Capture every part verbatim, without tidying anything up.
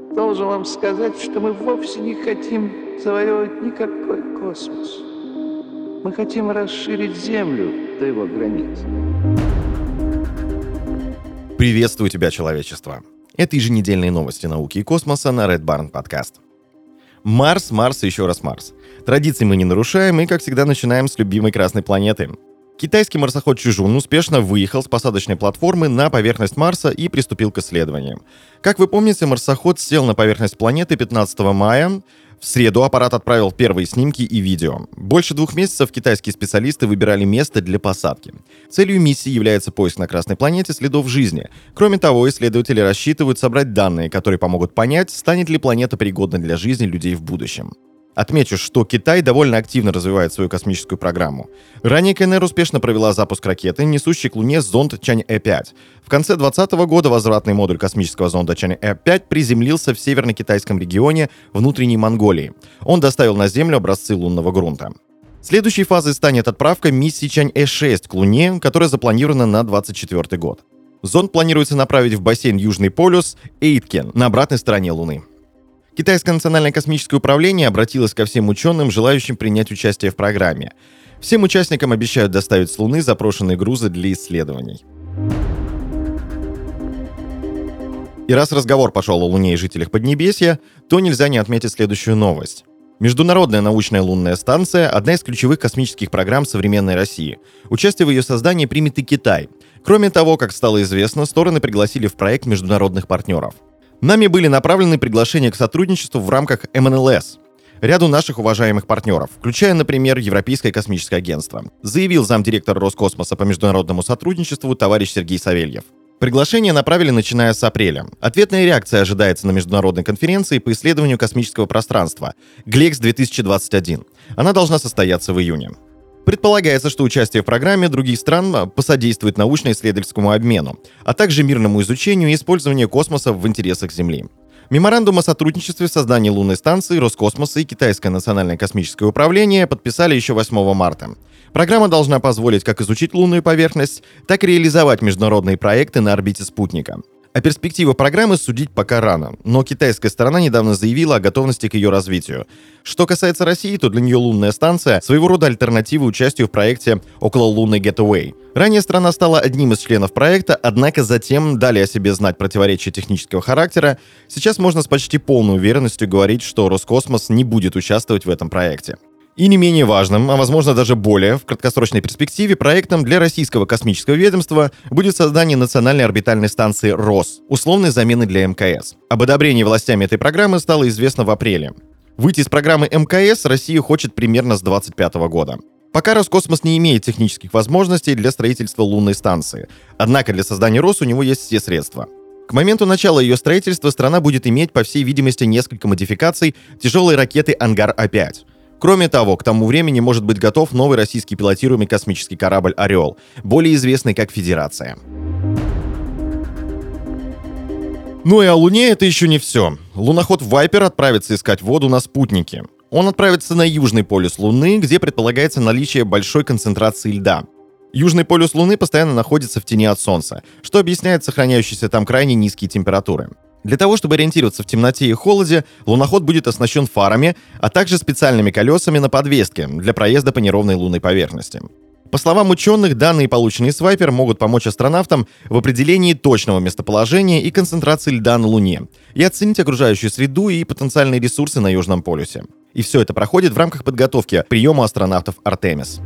Должен вам сказать, что мы вовсе не хотим завоевывать никакой космос. Мы хотим расширить Землю до его границ. Приветствую тебя, человечество! Это еженедельные новости науки и космоса на Red Barn Podcast. Марс, Марс и еще раз Марс. Традиции мы не нарушаем и, как всегда, начинаем с любимой красной планеты. Китайский марсоход Чжун успешно выехал с посадочной платформы на поверхность Марса и приступил к исследованиям. Как вы помните, марсоход сел на поверхность планеты пятнадцатого мая. В среду аппарат отправил первые снимки и видео. Больше двух месяцев китайские специалисты выбирали место для посадки. Целью миссии является поиск на Красной планете следов жизни. Кроме того, исследователи рассчитывают собрать данные, которые помогут понять, станет ли планета пригодна для жизни людей в будущем. Отмечу, что Китай довольно активно развивает свою космическую программу. Ранее КНР успешно провела запуск ракеты, несущей к Луне зонд Чанъэ пять. В конце двадцатого года возвратный модуль космического зонда Чанъэ пять приземлился в северно-китайском регионе внутренней Монголии. Он доставил на Землю образцы лунного грунта. Следующей фазой станет отправка миссии Чанъэ шесть к Луне, которая запланирована на двадцать четвёртый год. Зонд планируется направить в бассейн Южный полюс Эйткен на обратной стороне Луны. Китайское национальное космическое управление обратилось ко всем ученым, желающим принять участие в программе. Всем участникам обещают доставить с Луны запрошенные грузы для исследований. И раз разговор пошел о Луне и жителях Поднебесья, то нельзя не отметить следующую новость. Международная научная лунная станция – одна из ключевых космических программ современной России. Участие в ее создании примет и Китай. Кроме того, как стало известно, стороны пригласили в проект международных партнеров. Нами были направлены приглашения к сотрудничеству в рамках эм эн эл эс, ряду наших уважаемых партнеров, включая, например, Европейское космическое агентство, заявил замдиректора Роскосмоса по международному сотрудничеству товарищ Сергей Савельев. Приглашение направили начиная с апреля. Ответная реакция ожидается на международной конференции по исследованию космического пространства ГЛЕКС две тысячи двадцать один. Она должна состояться в июне. Предполагается, что участие в программе других стран посодействует научно-исследовательскому обмену, а также мирному изучению и использованию космоса в интересах Земли. Меморандум о сотрудничестве в создании лунной станции Роскосмоса и Китайское национальное космическое управление подписали еще восьмого марта. Программа должна позволить как изучить лунную поверхность, так и реализовать международные проекты на орбите спутника. О перспективах программы судить пока рано, но китайская сторона недавно заявила о готовности к ее развитию. Что касается России, то для нее лунная станция – своего рода альтернатива участию в проекте окололунный Getaway. Ранее страна стала одним из членов проекта, однако затем дали о себе знать противоречия технического характера. Сейчас можно с почти полной уверенностью говорить, что Роскосмос не будет участвовать в этом проекте. И не менее важным, а возможно даже более, в краткосрочной перспективе проектом для российского космического ведомства будет создание национальной орбитальной станции РОС, условной замены для эм ка эс. Об одобрении властями этой программы стало известно в апреле. Выйти из программы эм ка эс Россия хочет примерно с двадцать пятого года. Пока Роскосмос не имеет технических возможностей для строительства лунной станции, однако для создания РОС у него есть все средства. К моменту начала ее строительства страна будет иметь, по всей видимости, несколько модификаций тяжелой ракеты «Ангар-А пять». Кроме того, к тому времени может быть готов новый российский пилотируемый космический корабль «Орел», более известный как «Федерация». Ну и о Луне это еще не все. Луноход «Вайпер» отправится искать воду на спутнике. Он отправится на южный полюс Луны, где предполагается наличие большой концентрации льда. Южный полюс Луны постоянно находится в тени от Солнца, что объясняет сохраняющиеся там крайне низкие температуры. Для того, чтобы ориентироваться в темноте и холоде, луноход будет оснащен фарами, а также специальными колесами на подвеске для проезда по неровной лунной поверхности. По словам ученых, данные, полученные с Вайпер, могут помочь астронавтам в определении точного местоположения и концентрации льда на Луне и оценить окружающую среду и потенциальные ресурсы на Южном полюсе. И все это проходит в рамках подготовки к приему астронавтов Артемис.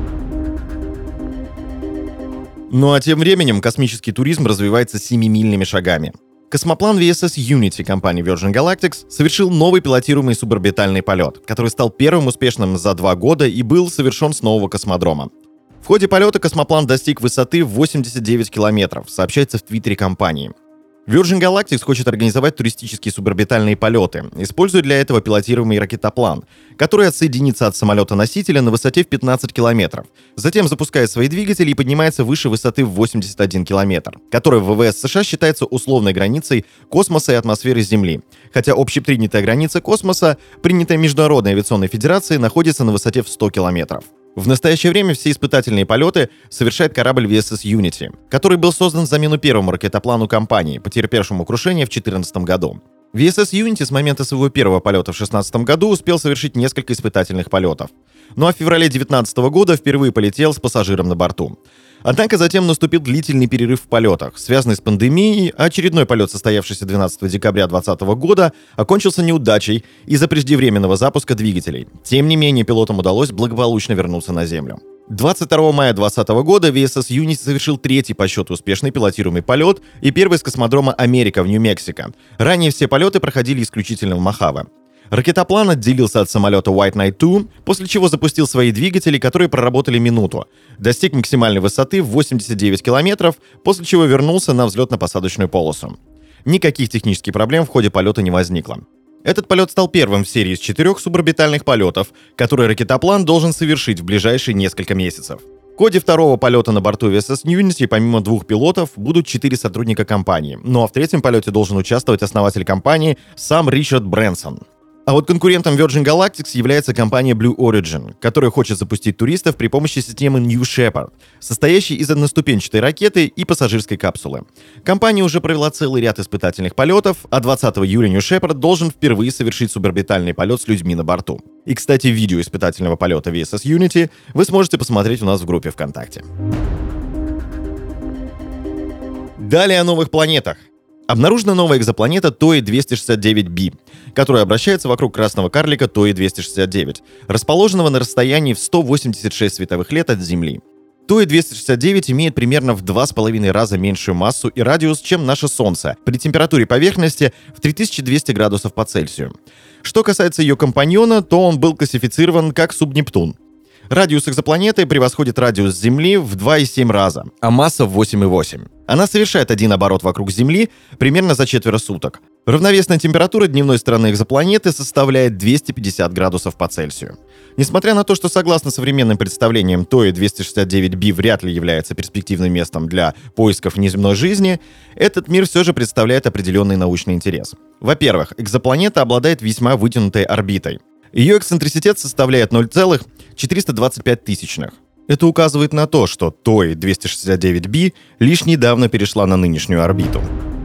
Ну а тем временем космический туризм развивается семимильными шагами. Космоплан ви эс эс Unity компании Virgin Galactic совершил новый пилотируемый суборбитальный полет, который стал первым успешным за два года и был совершен с нового космодрома. В ходе полета космоплан достиг высоты в восемьдесят девять километров, сообщается в твиттере компании. Virgin Galactic хочет организовать туристические суборбитальные полеты, используя для этого пилотируемый ракетоплан, который отсоединится от самолета-носителя на высоте в пятнадцать километров, затем запускает свои двигатели и поднимается выше высоты в восемьдесят один километр, которая в вэ вэ эс США считается условной границей космоса и атмосферы Земли, хотя общепринятая граница космоса, принятая Международной авиационной федерацией, находится на высоте в сто километров. В настоящее время все испытательные полеты совершает корабль ви эс эс Unity, который был создан в замену первому ракетоплану компании, потерпевшему крушение в две тысячи четырнадцатом году. ви эс эс Unity с момента своего первого полета в две тысячи шестнадцатом году успел совершить несколько испытательных полетов. Ну а в феврале две тысячи девятнадцатого года впервые полетел с пассажиром на борту. Однако затем наступил длительный перерыв в полетах, связанный с пандемией, а очередной полет, состоявшийся двенадцатого декабря две тысячи двадцатого года, окончился неудачей из-за преждевременного запуска двигателей. Тем не менее, пилотам удалось благополучно вернуться на Землю. двадцать второго мая две тысячи двадцатого года ви эс эс Unity совершил третий по счету успешный пилотируемый полет и первый с космодрома Америка в Нью-Мексико. Ранее все полеты проходили исключительно в Мохаве. Ракетоплан отделился от самолета White Knight два, после чего запустил свои двигатели, которые проработали минуту. Достиг максимальной высоты в восемьдесят девять километров, после чего вернулся на взлетно-посадочную полосу. Никаких технических проблем в ходе полета не возникло. Этот полет стал первым в серии из четырех суборбитальных полетов, которые ракетоплан должен совершить в ближайшие несколько месяцев. В ходе второго полета на борту ви эс эс Unity помимо двух пилотов будут четыре сотрудника компании, ну а в третьем полете должен участвовать основатель компании сам Ричард Брэнсон. А вот конкурентом Virgin Galactic является компания Blue Origin, которая хочет запустить туристов при помощи системы New Shepard, состоящей из одноступенчатой ракеты и пассажирской капсулы. Компания уже провела целый ряд испытательных полетов, а двадцатого июля New Shepard должен впервые совершить суборбитальный полет с людьми на борту. И, кстати, видео испытательного полета ви эс эс Unity вы сможете посмотреть у нас в группе ВКонтакте. Далее о новых планетах. Обнаружена новая экзопланета Той двести шестьдесят девять би, которая обращается вокруг красного карлика Той двести шестьдесят девять, расположенного на расстоянии в сто восемьдесят шесть световых лет от Земли. Той двести шестьдесят девять имеет примерно в два с половиной раза меньшую массу и радиус, чем наше Солнце, при температуре поверхности в три тысячи двести градусов по Цельсию. Что касается ее компаньона, то он был классифицирован как субнептун. Радиус экзопланеты превосходит радиус Земли в два и семь раза, а масса в восемь и восемь. Она совершает один оборот вокруг Земли примерно за четверо суток. Равновесная температура дневной стороны экзопланеты составляет двести пятьдесят градусов по Цельсию. Несмотря на то, что согласно современным представлениям Той двести шестьдесят девять би вряд ли является перспективным местом для поисков внеземной жизни, этот мир все же представляет определенный научный интерес. Во-первых, экзопланета обладает весьма вытянутой орбитой. Ее эксцентриситет составляет ноль целых четыреста двадцать пять тысячных. Это указывает на то, что Той двести шестьдесят девять би лишь недавно перешла на нынешнюю орбиту.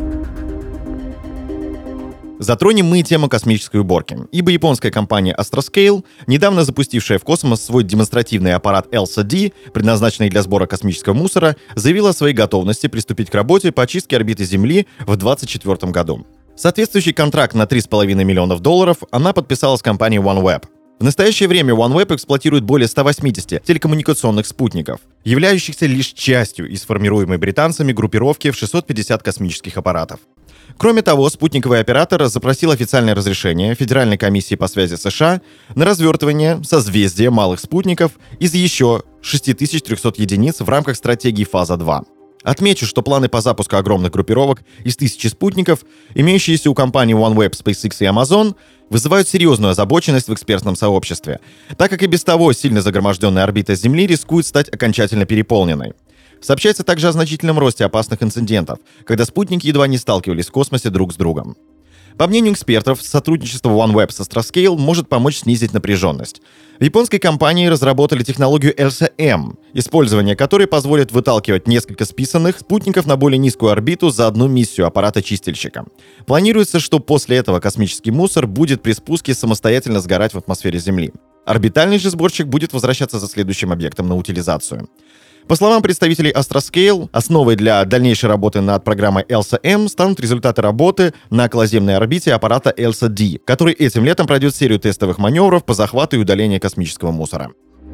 Затронем мы тему космической уборки, ибо японская компания Astroscale, недавно запустившая в космос свой демонстративный аппарат Элса Ди, предназначенный для сбора космического мусора, заявила о своей готовности приступить к работе по очистке орбиты Земли в две тысячи двадцать четвёртом году. Соответствующий контракт на три с половиной миллионов долларов она подписала с компанией OneWeb. В настоящее время OneWeb эксплуатирует более ста восьмидесяти телекоммуникационных спутников, являющихся лишь частью из формируемой британцами группировки в шестьсот пятьдесят космических аппаратов. Кроме того, спутниковый оператор запросил официальное разрешение Федеральной комиссии по связи США на развертывание созвездия малых спутников из еще шесть тысяч триста единиц в рамках стратегии «Фаза-два». Отмечу, что планы по запуску огромных группировок из тысячи спутников, имеющиеся у компаний OneWeb, SpaceX и Amazon, вызывают серьезную озабоченность в экспертном сообществе, так как и без того сильно загроможденная орбита Земли рискует стать окончательно переполненной. Сообщается также о значительном росте опасных инцидентов, когда спутники едва не сталкивались в космосе друг с другом. По мнению экспертов, сотрудничество OneWeb с Astroscale может помочь снизить напряженность. В японской компании разработали технологию Элса М, использование которой позволит выталкивать несколько списанных спутников на более низкую орбиту за одну миссию аппарата-чистильщика. Планируется, что после этого космический мусор будет при спуске самостоятельно сгорать в атмосфере Земли. Орбитальный же сборщик будет возвращаться за следующим объектом на утилизацию. По словам представителей Astroscale, основой для дальнейшей работы над программой Элса М станут результаты работы на околоземной орбите аппарата Элса Ди, который этим летом пройдет серию тестовых маневров по захвату и удалению космического мусора.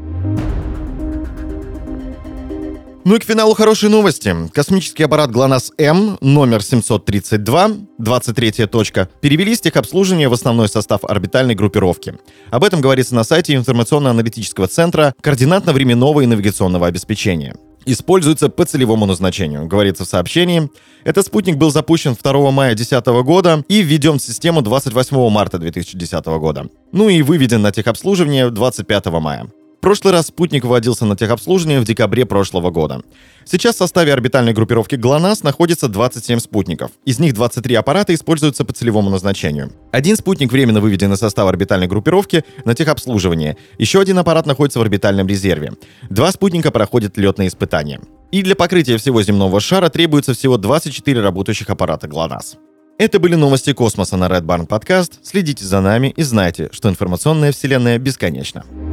Ну и к финалу хорошие новости. Космический аппарат ГЛОНАСС-М номер семьсот тридцать два, двадцать третья точка, перевели с техобслуживания в основной состав орбитальной группировки. Об этом говорится на сайте информационно-аналитического центра координатно-временного и навигационного обеспечения. Используется по целевому назначению, говорится в сообщении. Этот спутник был запущен второго мая две тысячи десятого года и введен в систему двадцать восьмого марта две тысячи десятого года. Ну и выведен на техобслуживание двадцать пятого мая. В прошлый раз спутник вводился на техобслуживание в декабре прошлого года. Сейчас в составе орбитальной группировки ГЛОНАСС находится двадцать семь спутников. Из них двадцать три аппарата используются по целевому назначению. Один спутник временно выведен из состава орбитальной группировки на техобслуживание. Еще один аппарат находится в орбитальном резерве. Два спутника проходят летные испытания. И для покрытия всего земного шара требуется всего двадцать четыре работающих аппарата ГЛОНАСС. Это были новости космоса на Red Barn Podcast. Следите за нами и знайте, что информационная вселенная бесконечна.